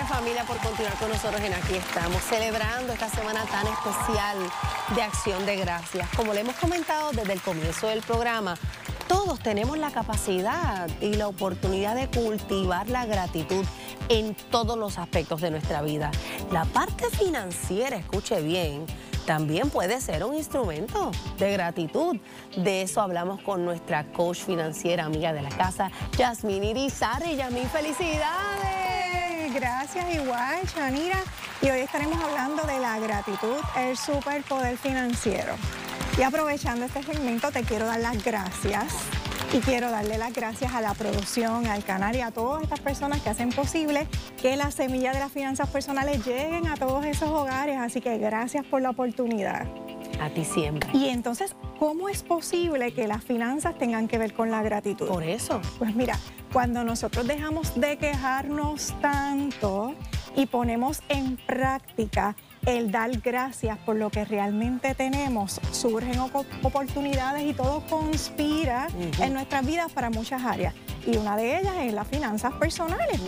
familia, por continuar con nosotros en Aquí Estamos, celebrando esta semana tan especial de Acción de Gracias. Como le hemos comentado desde el comienzo del programa, todos tenemos la capacidad y la oportunidad de cultivar la gratitud en todos los aspectos de nuestra vida. La parte financiera, escuche bien, también puede ser un instrumento de gratitud. De eso hablamos con nuestra coach financiera, amiga de la casa, Yasmín Irizarry. Yasmín, ¡felicidades! Gracias, igual, Chanira. Y hoy estaremos hablando de la gratitud, el superpoder financiero. Y aprovechando este segmento, te quiero dar las gracias. Y quiero darle las gracias a la producción, al canal y a todas estas personas que hacen posible que las semillas de las finanzas personales lleguen a todos esos hogares. Así que gracias por la oportunidad. A ti siempre. Y entonces, ¿cómo es posible que las finanzas tengan que ver con la gratitud? Por eso. Pues mira, cuando nosotros dejamos de quejarnos tanto y ponemos en práctica el dar gracias por lo que realmente tenemos, surgen oportunidades y todo conspira en nuestras vidas para muchas áreas. Y una de ellas es las finanzas personales.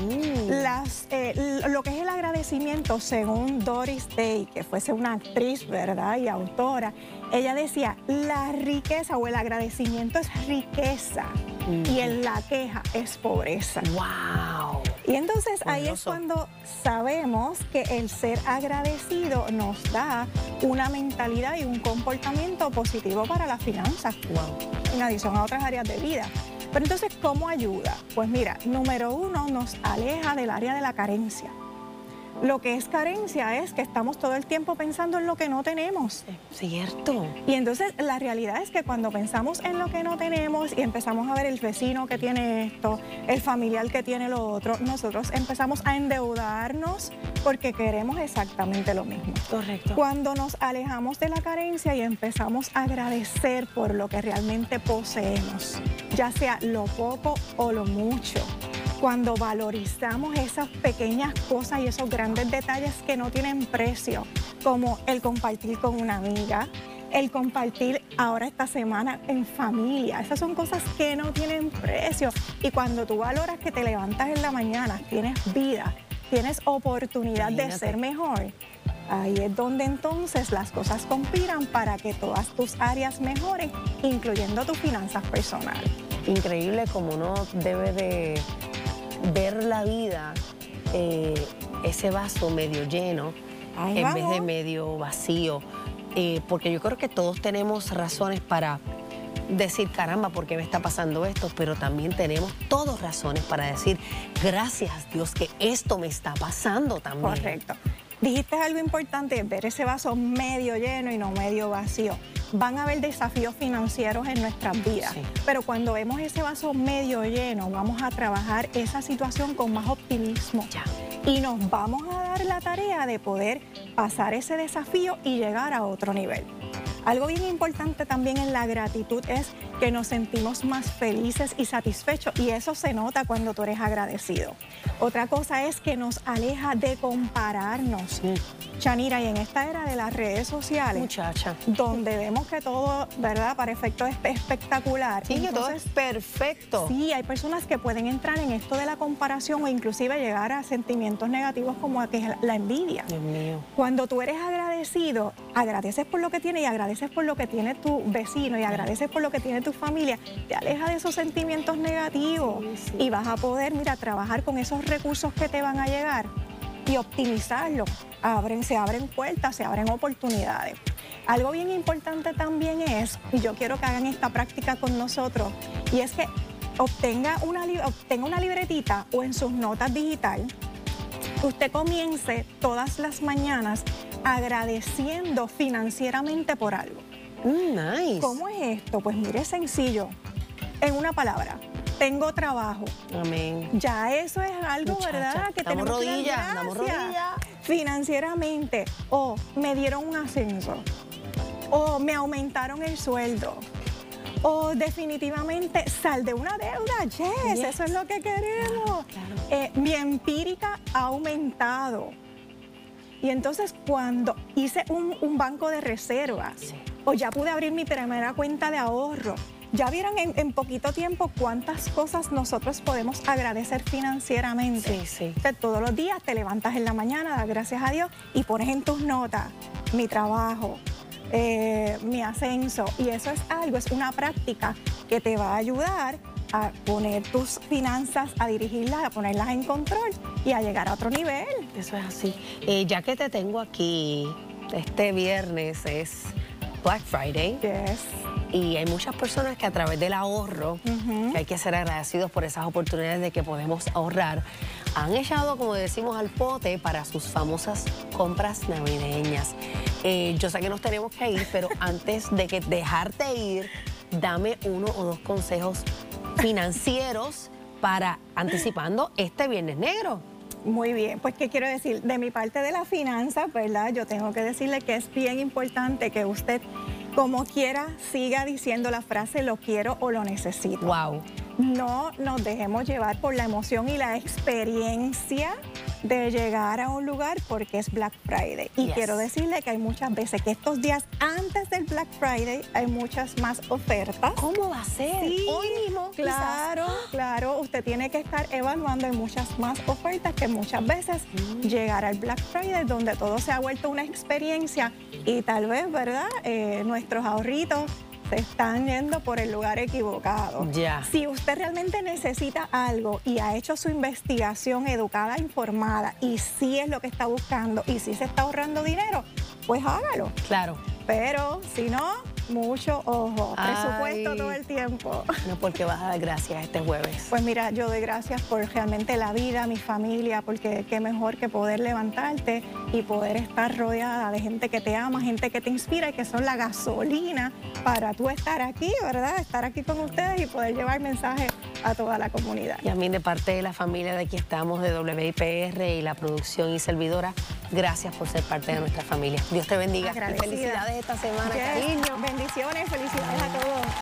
Lo que es el agradecimiento, según Doris Day, que fuese una actriz, ¿verdad?, y autora, ella decía, la riqueza o el agradecimiento es riqueza y en la queja es pobreza. ¡Wow! Y entonces ahí es cuando sabemos que el ser agradecido nos da una mentalidad y un comportamiento positivo para las finanzas, en adición a otras áreas de vida. Pero entonces, ¿cómo ayuda? Pues mira, número uno, nos aleja del área de la carencia. Lo que es carencia es que estamos todo el tiempo pensando en lo que no tenemos. Cierto. Y entonces la realidad es que cuando pensamos en lo que no tenemos y empezamos a ver el vecino que tiene esto, el familiar que tiene lo otro, nosotros empezamos a endeudarnos porque queremos exactamente lo mismo. Correcto. Cuando nos alejamos de la carencia y empezamos a agradecer por lo que realmente poseemos, ya sea lo poco o lo mucho, cuando valorizamos esas pequeñas cosas y esos grandes detalles que no tienen precio, como el compartir con una amiga, el compartir ahora esta semana en familia, esas son cosas que no tienen precio. Y cuando tú valoras que te levantas en la mañana, tienes vida, tienes oportunidad de ser mejor, ahí es donde entonces las cosas conspiran para que todas tus áreas mejoren, incluyendo tus finanzas personales. Increíble como uno debe de ver la vida, ese vaso medio lleno en vez de medio vacío, porque yo creo que todos tenemos razones para decir, caramba, ¿por qué me está pasando esto? Pero también tenemos todas razones para decir, gracias Dios que esto me está pasando también. Correcto. Dijiste algo importante, ver ese vaso medio lleno y no medio vacío. Van a haber desafíos financieros en nuestras vidas, pero cuando vemos ese vaso medio lleno, vamos a trabajar esa situación con más optimismo. Y nos vamos a dar la tarea de poder pasar ese desafío y llegar a otro nivel. Algo bien importante también en la gratitud es que nos sentimos más felices y satisfechos, y eso se nota cuando tú eres agradecido. Otra cosa es que nos aleja de compararnos. Chanira, y en esta era de las redes sociales, muchacha, donde vemos que todo, ¿verdad?, para efecto es espectacular. Sí, entonces, que todo es perfecto. Sí, hay personas que pueden entrar en esto de la comparación o inclusive llegar a sentimientos negativos como que es la envidia. Dios mío. Cuando tú eres agradecido, agradeces por lo que tienes y agradeces por lo que tiene tu vecino y agradeces por lo que tiene tu familia, te aleja de esos sentimientos negativos y vas a poder, mira, trabajar con esos recursos que te van a llegar y optimizarlo. Se abren puertas, se abren oportunidades. Algo bien importante también es, y yo quiero que hagan esta práctica con nosotros, y es que obtenga una libretita o en sus notas digital, usted comience todas las mañanas agradeciendo financieramente por algo. Nice. ¿Cómo es esto? Pues mire, es sencillo. En una palabra, tengo trabajo. Amén. Ya eso es algo, muchacha, ¿verdad? Que tenemos rodillas, damos rodillas. Financieramente, o me dieron un ascenso, o me aumentaron el sueldo, o definitivamente sal de una deuda. Yes. Eso es lo que queremos. Claro. Mi empírica ha aumentado. Y entonces cuando hice un banco de reservas, o ya pude abrir mi primera cuenta de ahorro. Ya vieron en poquito tiempo cuántas cosas nosotros podemos agradecer financieramente. Sí, sí. O sea, todos los días te levantas en la mañana, das gracias a Dios y pones en tus notas mi trabajo, mi ascenso. Y eso es algo, es una práctica que te va a ayudar a poner tus finanzas, a dirigirlas, a ponerlas en control y a llegar a otro nivel. Eso es así. Ya que te tengo aquí, este viernes es Black Friday. Yes. Y hay muchas personas que a través del ahorro, que hay que ser agradecidos por esas oportunidades de que podemos ahorrar, han echado, como decimos, al pote para sus famosas compras navideñas. Yo sé que nos tenemos que ir, pero antes de que dejarte ir, dame 1 o 2 consejos financieros para anticipando este Viernes Negro. Muy bien, pues ¿qué quiero decir? De mi parte de la finanza, ¿verdad? Yo tengo que decirle que es bien importante que usted, como quiera, siga diciendo la frase lo quiero o lo necesito. Wow. No nos dejemos llevar por la emoción y la experiencia de llegar a un lugar porque es Black Friday. Y quiero decirle que hay muchas veces que estos días antes del Black Friday hay muchas más ofertas. ¿Cómo va a ser? Sí, Hoy mismo, claro, claro. Usted tiene que estar evaluando. Hay muchas más ofertas que muchas veces llegar al Black Friday donde todo se ha vuelto una experiencia y tal vez, ¿verdad? Nuestros ahorritos se están yendo por el lugar equivocado. Ya. Si usted realmente necesita algo y ha hecho su investigación educada, informada, y sí es lo que está buscando y sí se está ahorrando dinero, pues hágalo. Claro. Pero si no, mucho ojo, presupuesto Ay. todo el tiempo. No, porque vas a dar gracias este jueves. Pues mira, yo doy gracias por realmente la vida, mi familia, porque qué mejor que poder levantarte y poder estar rodeada de gente que te ama, gente que te inspira y que son la gasolina para tú estar aquí, ¿verdad? Estar aquí con ustedes y poder llevar mensajes a toda la comunidad. Y a mí, de parte de la familia de aquí estamos, de WIPR y la producción y servidora, gracias por ser parte de nuestra familia. Dios te bendiga. Y Agradecida. felicidades esta semana, Yes. cariño. Bendiciones, felicidades a todos.